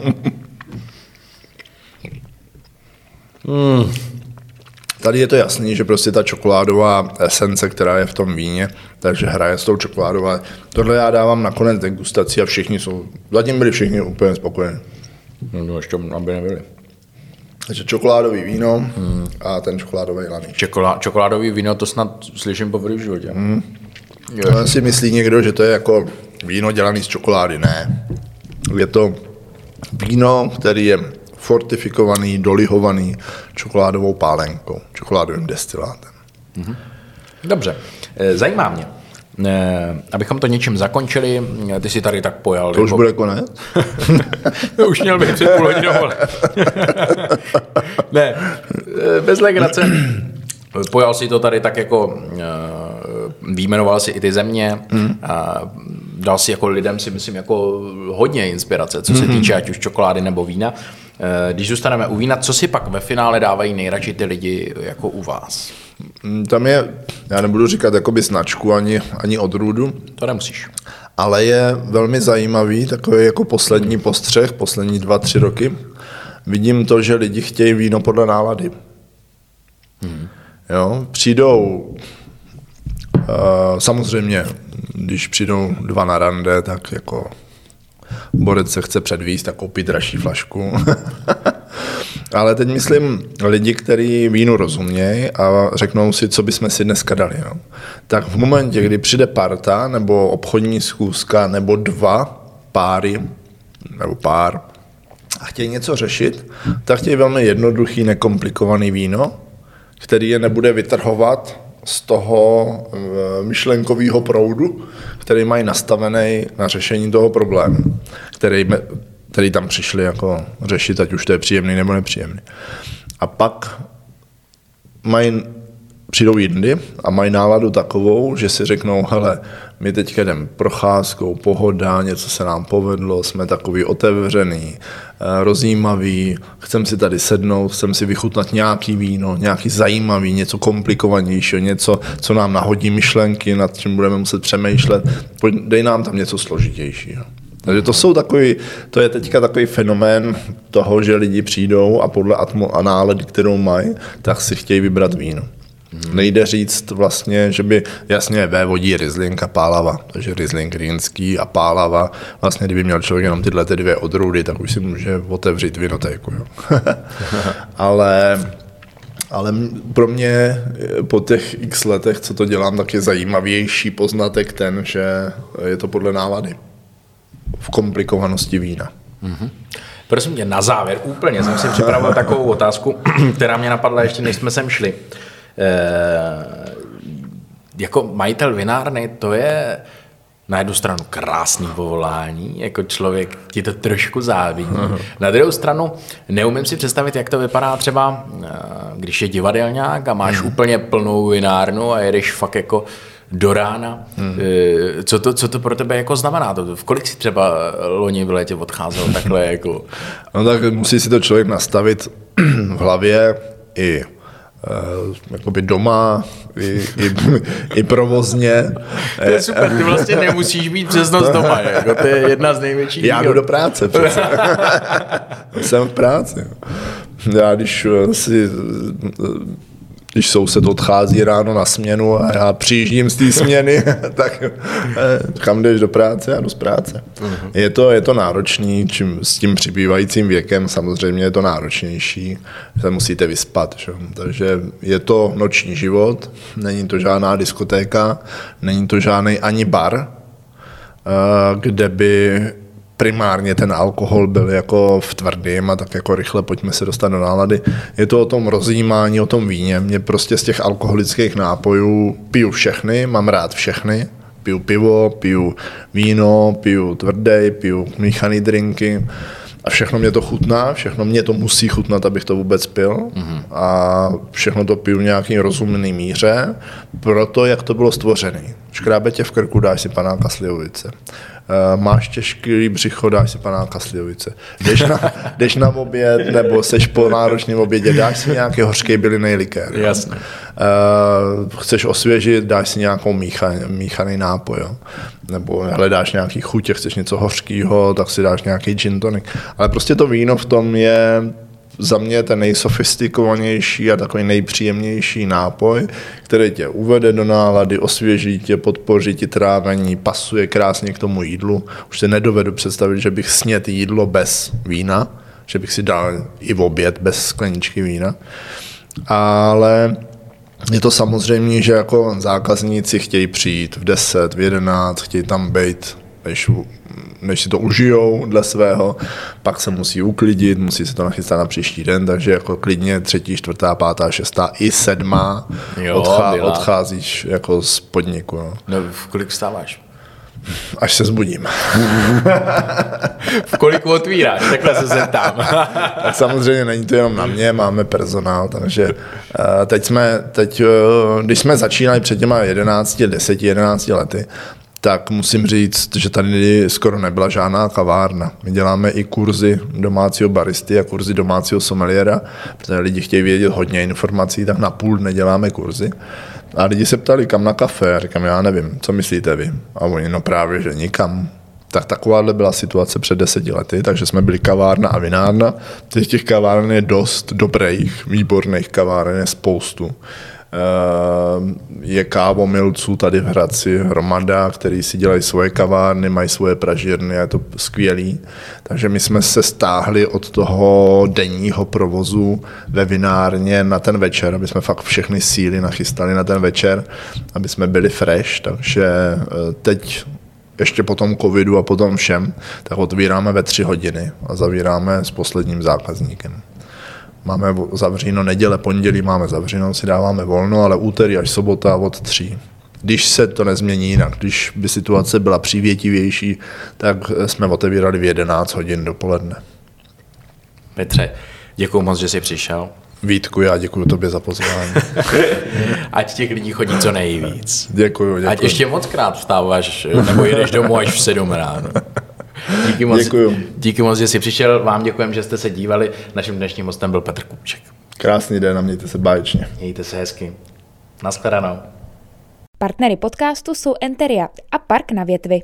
Tady je to jasný, že prostě ta čokoládová esence, která je v tom víně, takže hraje s tou čokoládovou. Tohle já dávám nakonec degustaci a všichni jsou, zatím byli všichni úplně spokojení. No ještě, aby nebyli. Takže čokoládový víno a ten čokoládový laníž. Čokoládový víno, to snad slyším poprvé v životě. To si myslí někdo, že to je jako víno dělané z čokolády. Ne. Je to víno, který je fortifikovaný, dolihovaný čokoládovou pálenkou, čokoládovým destilátem. Dobře, zajímá mě. Abychom to něčím zakončili, ty si tady tak pojal. To už bude konec? Už měl bych před půl hodinou. Ne, bez legrace. Pojal si to tady tak jako, výjmenoval si i ty země, dal si jako lidem, si myslím, jako hodně inspirace, co se týče ať už čokolády nebo vína. Když zůstaneme u vína, co si pak ve finále dávají nejradši ty lidi jako u vás? Tam je, já nebudu říkat jakoby značku ani odrůdu. To nemusíš. Ale je velmi zajímavý, takový jako poslední postřeh, poslední 2-3 roky. Vidím to, že lidi chtějí víno podle nálady. Jo, přijdou, samozřejmě, když přijdou dva na rande, tak jako borec se chce předvíst a koupit dražší flašku. Ale teď myslím lidi, kteří vínu rozumějí a řeknou si, co bychom si dneska dali. No. Tak v momentě, kdy přijde parta nebo obchodní schůzka nebo dva páry nebo pár a chtějí něco řešit, tak chtějí velmi jednoduchý, nekomplikovaný víno, který je nebude vytrhovat z toho myšlenkového proudu, který mají nastavený na řešení toho problému, který tam přišli jako řešit, ať už to je příjemný nebo nepříjemný. A pak přijdou jindy a mají náladu takovou, že si řeknou, hele, my teď jdeme procházkou, pohoda, něco se nám povedlo, jsme takový otevřený, rozjímavý, chcem si tady sednout, chcem si vychutnat nějaký víno, nějaký zajímavý, něco komplikovanějšího, něco, co nám nahodí myšlenky, nad čím budeme muset přemýšlet, dej nám tam něco složitějšího. Takže to je teďka takový fenomén toho, že lidi přijdou a podle nálady, kterou mají, tak si chtějí vybrat víno. Nejde říct vlastně, že by jasně vévodí Riesling a Pálava, takže Riesling rýnský a Pálava, vlastně kdyby měl člověk jenom tyhle dvě odrůdy, tak už si může otevřít vinotéku. Jo. ale Ale pro mě po těch x letech, co to dělám, tak je zajímavější poznatek ten, že je to podle nálady v komplikovanosti vína. Mm-hmm. Prosím tě, na závěr úplně jsem si připravil takovou otázku, která mě napadla ještě, než jsme sem šli. Jako majitel vinárny, to je na jednu stranu krásný povolání, jako člověk ti to trošku závidí. Na druhou stranu neumím si představit, jak to vypadá třeba, když je divadelňák a máš úplně plnou vinárnu a jedeš fakt jako do rána. Co to pro tebe jako znamená? V kolik si třeba loni v létě odcházel takhle jako? No tak musí si to člověk nastavit v hlavě i jakoby doma, i provozně. To je super, ty vlastně nemusíš být přes noc doma, jako to je jedna z největších. Já jdu do práce přece. Jsem v práci. Já když soused odchází ráno na směnu a já přijíždím z té směny, tak kam jdeš do práce? Já jdu z práce. Je to náročný, s tím přibývajícím věkem samozřejmě je to náročnější, se musíte vyspat. Že? Takže je to noční život, není to žádná diskotéka, není to žádný ani bar, kde by primárně ten alkohol byl jako v tvrdým a tak jako rychle pojďme se dostat do nálady. Je to o tom rozjímání, o tom víně. Mě prostě z těch alkoholických nápojů piju všechny, mám rád všechny. Piju pivo, piju víno, piju tvrdý, piju míchaný drinky a všechno mě to chutná, všechno mě to musí chutnat, abych to vůbec pil a všechno to piju v nějaký rozumný míře, proto jak to bylo stvořené. Škrábe tě v krku, dáš si panáka slivovice. Máš těžký břicho, dáš si panáka slivovice. Jdeš na oběd, nebo seš po náročném obědě, dáš si nějaký hořký bylinný likér. Jasně. Chceš osvěžit, dáš si nějakou míchaný nápoj. Jo. Nebo hledáš nějaký chutě, chceš něco hořkýho, tak si dáš nějaký gin tonic. Ale prostě to víno v tom je za mě ten nejsofistikovanější a takový nejpříjemnější nápoj, který tě uvede do nálady, osvěží tě, podpoří ti trávení, pasuje krásně k tomu jídlu. Už se nedovedu představit, že bych snědl jídlo bez vína, že bych si dal i v oběd bez skleničky vína. Ale je to samozřejmě, že jako zákazníci chtějí přijít v 10, v 11, chtějí tam být, než si to užijou dle svého, pak se musí uklidit, musí se to nachystat na příští den, takže jako klidně 3., 4., 5., 6. i 7. Odcházíš jako z podniku. No, v kolik vstáváš? Až se zbudím. V kolik otvíráš? Takhle se zeptám. Tak samozřejmě není to jenom na mě, máme personál, takže když jsme začínali před těma 11 lety, tak musím říct, že tady skoro nebyla žádná kavárna. My děláme i kurzy domácího baristy a kurzy domácího someliéra, protože lidi chtějí vědět hodně informací, tak na půl dne děláme kurzy. A lidi se ptali, kam na kafe, já říkám, já nevím, co myslíte vy? A oni, no právě, že nikam. Tak takováhle byla situace před 10 lety, takže jsme byli kavárna a vinárna. Těch kaváren je dost dobrých, výborných kaváren je spoustu. Je kávomilců tady v Hradci hromada, který si dělají svoje kavárny, mají svoje pražírny a je to skvělý. Takže my jsme se stáhli od toho denního provozu ve vinárně na ten večer, aby jsme fakt všechny síly nachystali na ten večer, aby jsme byli fresh, takže teď ještě po tom covidu a po tom všem, tak otvíráme ve 3 hodiny a zavíráme s posledním zákazníkem. Máme zavřeno neděle, pondělí máme zavřeno, si dáváme volno, ale úterý až sobota od 3. Když se to nezmění jinak, když by situace byla přívětivější, tak jsme otevírali v 11 hodin dopoledne. Petře, děkuju moc, že jsi přišel. Vítku, já děkuju tobě za pozvání. Ať těch lidí chodí co nejvíc. Děkuju. Ať ještě mockrát vstáváš, nebo jedeš domů až v 7 ráno. Díky moc, že jsi přišel. Vám děkujeme, že jste se dívali. Naším dnešním hostem byl Petr Kupček. Krásný den a mějte se báječně. Mějte se hezky. Nashledanou. Partnery podcastu jsou Enteria a Park na Větvi.